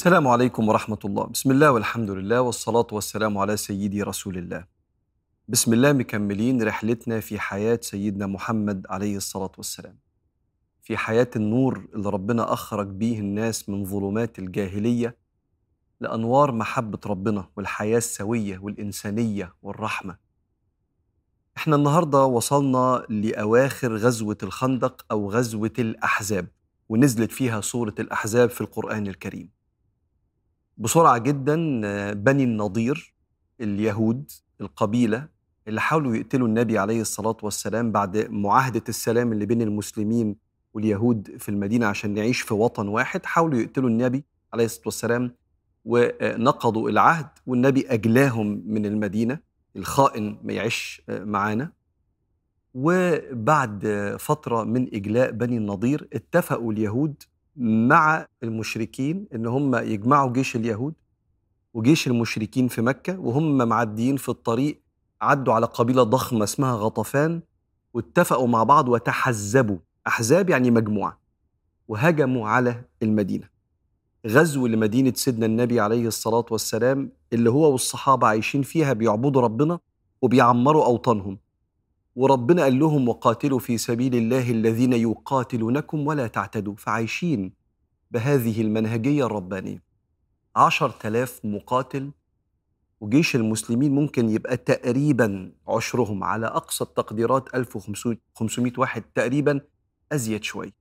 السلام عليكم ورحمة الله. بسم الله والحمد لله والصلاة والسلام على سيدي رسول الله. بسم الله مكملين رحلتنا في حياة سيدنا محمد عليه الصلاة والسلام، في حياة النور اللي ربنا أخرج بيه الناس من ظلمات الجاهلية لأنوار محبة ربنا والحياة السوية والإنسانية والرحمة. احنا النهاردة وصلنا لأواخر غزوة الخندق أو غزوة الأحزاب، ونزلت فيها سورة الأحزاب في القرآن الكريم. بسرعة جدا، بني النضير، اليهود، القبيلة اللي حاولوا يقتلوا النبي عليه الصلاة والسلام بعد معاهدة السلام اللي بين المسلمين واليهود في المدينة عشان نعيش في وطن واحد، حاولوا يقتلوا النبي عليه الصلاة والسلام ونقضوا العهد، والنبي أجلاهم من المدينة، الخائن ما يعيش معانا. وبعد فترة من إجلاء بني النضير اتفقوا اليهود مع المشركين إن هم يجمعوا جيش اليهود وجيش المشركين في مكة، وهم معديين في الطريق عدوا على قبيلة ضخمة اسمها غطفان، واتفقوا مع بعض وتحزبوا، أحزاب يعني مجموعة، وهجموا على المدينة. غزو لمدينة سيدنا النبي عليه الصلاة والسلام اللي هو والصحابة عايشين فيها بيعبدوا ربنا وبيعمروا أوطانهم، وربنا قال لهم وقاتلوا في سبيل الله الذين يقاتلونكم ولا تعتدوا، فعايشين بهذه المنهجية الربانية. 10,000 مقاتل، وجيش المسلمين ممكن يبقى تقريبا عشرهم على أقصى التقديرات 1500 واحد تقريبا، أزيد شوي.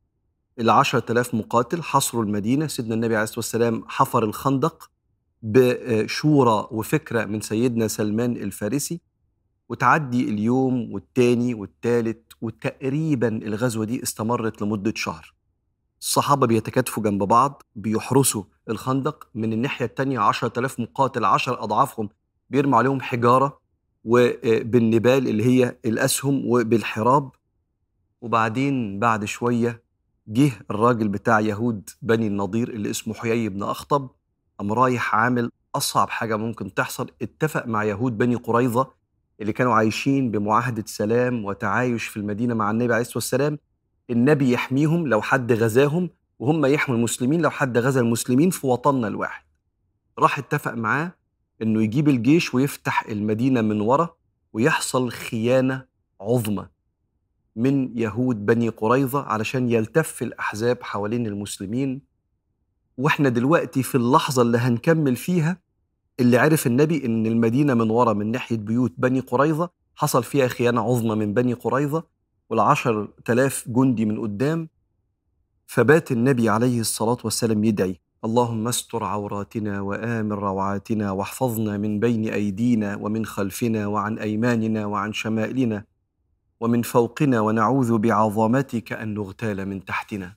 10,000 مقاتل حصروا المدينة. سيدنا النبي عليه الصلاة والسلام حفر الخندق بشورى وفكرة من سيدنا سلمان الفارسي، وتعدي اليوم والتاني والتالت، وتقريبا الغزوة دي استمرت لمدة شهر. الصحابة بيتكاتفوا جنب بعض بيحرسوا الخندق، من الناحية التانية 10,000 مقاتل 10 أضعافهم بيرموا عليهم حجارة وبالنبال اللي هي الأسهم وبالحراب. وبعدين بعد شوية جه الراجل بتاع يهود بني النضير اللي اسمه حيي بن أخطب، قام رايح عامل أصعب حاجة ممكن تحصل، اتفق مع يهود بني قريظة اللي كانوا عايشين بمعاهدة سلام وتعايش في المدينة مع النبي عليه الصلاة والسلام، النبي يحميهم لو حد غزاهم، وهم يحموا المسلمين لو حد غزا المسلمين في وطننا الواحد. راح اتفق معاه انه يجيب الجيش ويفتح المدينة من ورا، ويحصل خيانة عظمى من يهود بني قريظة علشان يلتف الأحزاب حوالين المسلمين. واحنا دلوقتي في اللحظة اللي هنكمل فيها اللي عرف النبي ان المدينة من ورا من ناحية بيوت بني قريظة حصل فيها خيانة عظمى من بني قريظة، وال10,000 جندي من قدام. فبات النبي عليه الصلاة والسلام يدعي: اللهم استر عوراتنا وآمن روعاتنا، واحفظنا من بين أيدينا ومن خلفنا وعن أيماننا وعن شمائلنا ومن فوقنا، ونعوذ بعظمتك أن نغتال من تحتنا.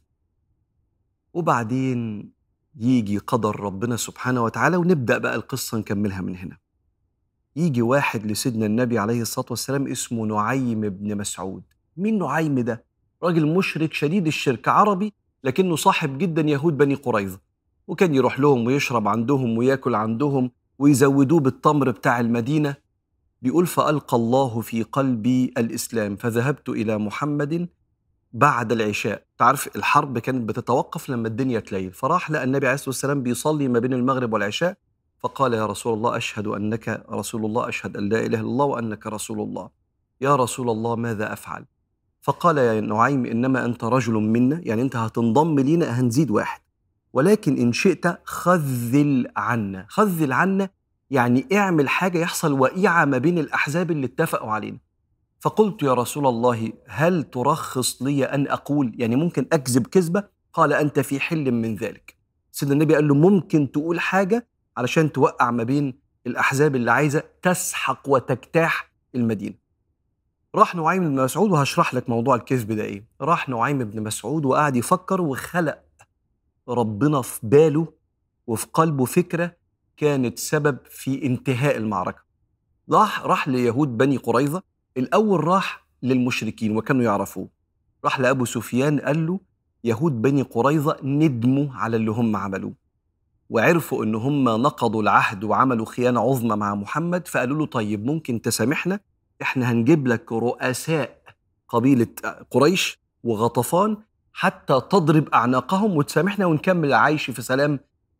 وبعدين يجي قدر ربنا سبحانه وتعالى، ونبدأ بقى القصة نكملها من هنا. يجي واحد لسيدنا النبي عليه الصلاة والسلام اسمه نعيم بن مسعود. مين نعيم ده؟ راجل مشرك شديد الشرك، عربي لكنه صاحب جدا يهود بني قريظة، وكان يروح لهم ويشرب عندهم وياكل عندهم ويزودوه بالتمر بتاع المدينة. بيقول: فألقى الله في قلبي الإسلام فذهبت إلى محمد بعد العشاء. تعرف الحرب كانت بتتوقف لما الدنيا تليل، فراح لقى النبي عليه الصلاة والسلام بيصلي ما بين المغرب والعشاء، فقال: يا رسول الله أشهد أنك رسول الله، أشهد أن لا إله إلا الله وأنك رسول الله. يا رسول الله ماذا أفعل؟ فقال: يا نعيم إنما أنت رجل منا، يعني أنت هتنضم لينا، هنزيد واحد، ولكن إن شئت خذل عنا. خذل عنا يعني اعمل حاجة يحصل وقيعة ما بين الأحزاب اللي اتفقوا علينا. فقلت: يا رسول الله هل ترخص لي أن أقول، يعني ممكن أكذب كذبة؟ قال: أنت في حل من ذلك. سيدنا النبي قال له: ممكن تقول حاجة علشان توقع ما بين الأحزاب اللي عايزة تسحق وتجتاح المدينة. راح نعيم بن مسعود، وهشرح لك موضوع الكذب ده إيه. راح نعيم بن مسعود وقعد يفكر، وخلق ربنا في باله وفي قلبه فكرة كانت سبب في انتهاء المعركة. راح ليهود بني قريظة. الأول راح للمشركين وكانوا يعرفوه، راح لأبو سفيان قال له: يهود بني قريظة ندموا على اللي هم عملوه، وعرفوا إن هم نقضوا العهد وعملوا خيانة عظمى مع محمد، فقالوا له: طيب ممكن تسامحنا، إحنا هنجيب لك رؤساء قبيلة قريش وغطفان حتى تضرب أعناقهم وتسامحنا ونكمل عايش في سلام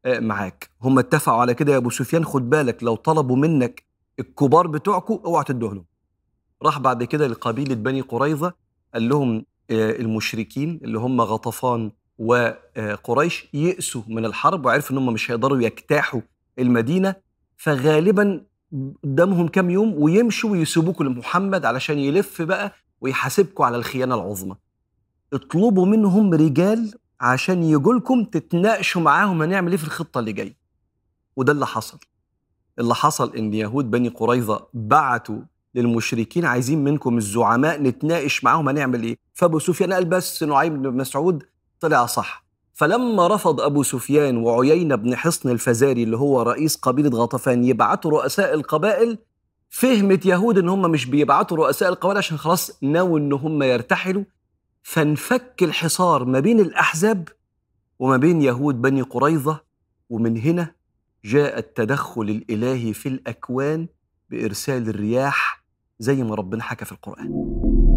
معاك. هم اتفقوا على كده يا ابو سفيان، خد بالك لو طلبوا منك الكبار بتوعكم اوعى تدوه لهم. راح بعد كده لقبيله بني قريظه، قال لهم المشركين اللي هم غطفان وقريش يئسوا من الحرب وعرفوا ان هم مش هيقدروا يجتاحوا المدينه، فغالبا قدامهم كام يوم ويمشوا ويسيبوكوا لمحمد علشان يلف بقى ويحاسبكوا على الخيانه العظمى. اطلبوا منهم رجال عشان يجولكم تتناقشوا معاهم هنعمل ايه في الخطه اللي جايه. وده اللي حصل. اللي حصل ان يهود بني قريظه بعتوا للمشركين عايزين منكم الزعماء نتناقش معاهم هنعمل ايه. فابو سفيان قال بس نعيم بن مسعود طلع صح. فلما رفض ابو سفيان وعيينة بن حصن الفزاري اللي هو رئيس قبيله غطفان يبعتوا رؤساء القبائل، فهمت يهود ان هم مش بيبعتوا رؤساء القبائل عشان خلاص ناووا ان هم يرتحلوا. فانفك الحصار ما بين الاحزاب وما بين يهود بني قريظه. ومن هنا جاء التدخل الإلهي في الأكوان بإرسال الرياح زي ما ربنا حكى في القرآن.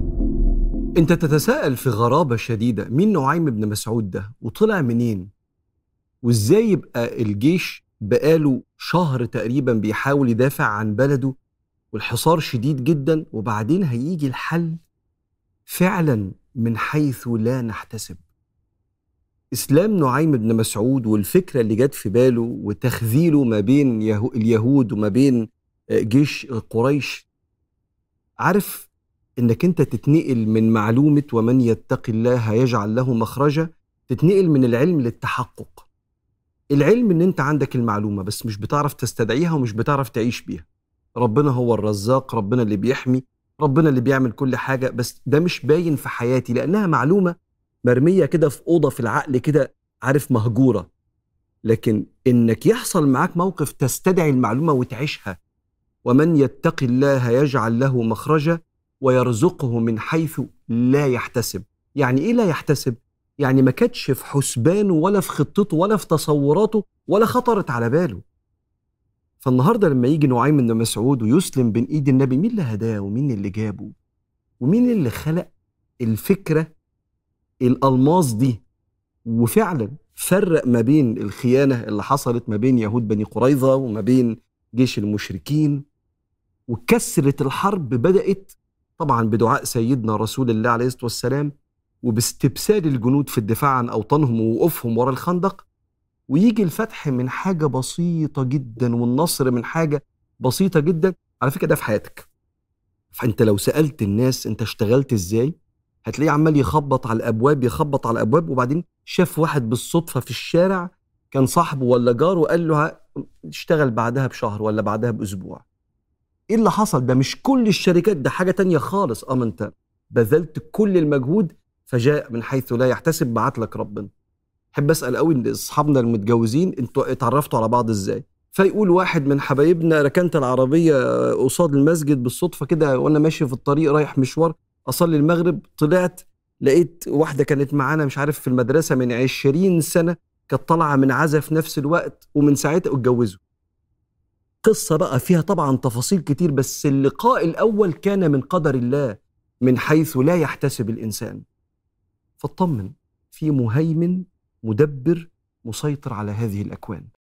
أنت تتساءل في غرابة شديدة مين نعيم بن مسعود ده وطلع منين؟ وإزاي يبقى الجيش بقاله شهر تقريبا بيحاول يدافع عن بلده والحصار شديد جدا، وبعدين هيجي الحل فعلا من حيث لا نحتسب. إسلام نعيم بن مسعود والفكرة اللي جت في باله وتخذيله ما بين اليهود وما بين جيش قريش، عارف إنك أنت تتنقل من معلومة ومن يتق الله يجعل له مخرجا، تتنقل من العلم للتحقق. العلم إن أنت عندك المعلومة بس مش بتعرف تستدعيها ومش بتعرف تعيش بيها. ربنا هو الرزاق، ربنا اللي بيحمي، ربنا اللي بيعمل كل حاجة، بس ده مش باين في حياتي لأنها معلومة مرمية كده في أوضة في العقل كده، عارف، مهجورة. لكن إنك يحصل معاك موقف تستدعي المعلومة وتعيشها. ومن يتق الله يجعل له مخرجا ويرزقه من حيث لا يحتسب. يعني إيه لا يحتسب؟ يعني ما كانتش في حسبانه ولا في خطته ولا في تصوراته ولا خطرت على باله. فالنهاردة لما يجي نعيم بن مسعود ويسلم بين إيد النبي، مين اللي هداه ومين اللي جابه ومين اللي خلق الفكرة الألماس دي؟ وفعلا فرق ما بين الخيانة اللي حصلت ما بين يهود بني قريظة وما بين جيش المشركين. وكسرت الحرب بدأت طبعا بدعاء سيدنا رسول الله عليه الصلاة والسلام وباستبسال الجنود في الدفاع عن أوطانهم ووقوفهم وراء الخندق. ويجي الفتح من حاجة بسيطة جدا والنصر من حاجة بسيطة جدا. على فكرة ده في حياتك. فأنت لو سألت الناس أنت اشتغلت إزاي، هتلاقيه عمال يخبط على الأبواب يخبط على الأبواب، وبعدين شاف واحد بالصدفة في الشارع كان صاحبه ولا جاره وقال له اشتغل بعدها بشهر ولا بعدها بأسبوع. إيه اللي حصل؟ ده مش كل الشركات، ده حاجة تانية خالص. ما أنت بذلت كل المجهود فجاء من حيث لا يحتسب، بعت لك ربنا. حب أسأل قوي أصحابنا المتجوزين انتوا اتعرفتوا على بعض إزاي؟ فيقول واحد من حبايبنا ركنت العربية قصاد المسجد بالصدفة كده وأنا ماشي في الطريق رايح مشوار أصلي المغرب، طلعت لقيت واحدة كانت معانا مش عارف في المدرسة من 20 سنة كانت طالعة من عزا في نفس الوقت ومن ساعتها اتجوزوا. قصة بقى فيها طبعا تفاصيل كتير، بس اللقاء الأول كان من قدر الله من حيث لا يحتسب الإنسان. فاطمن، في مهيمن مدبر مسيطر على هذه الأكوان.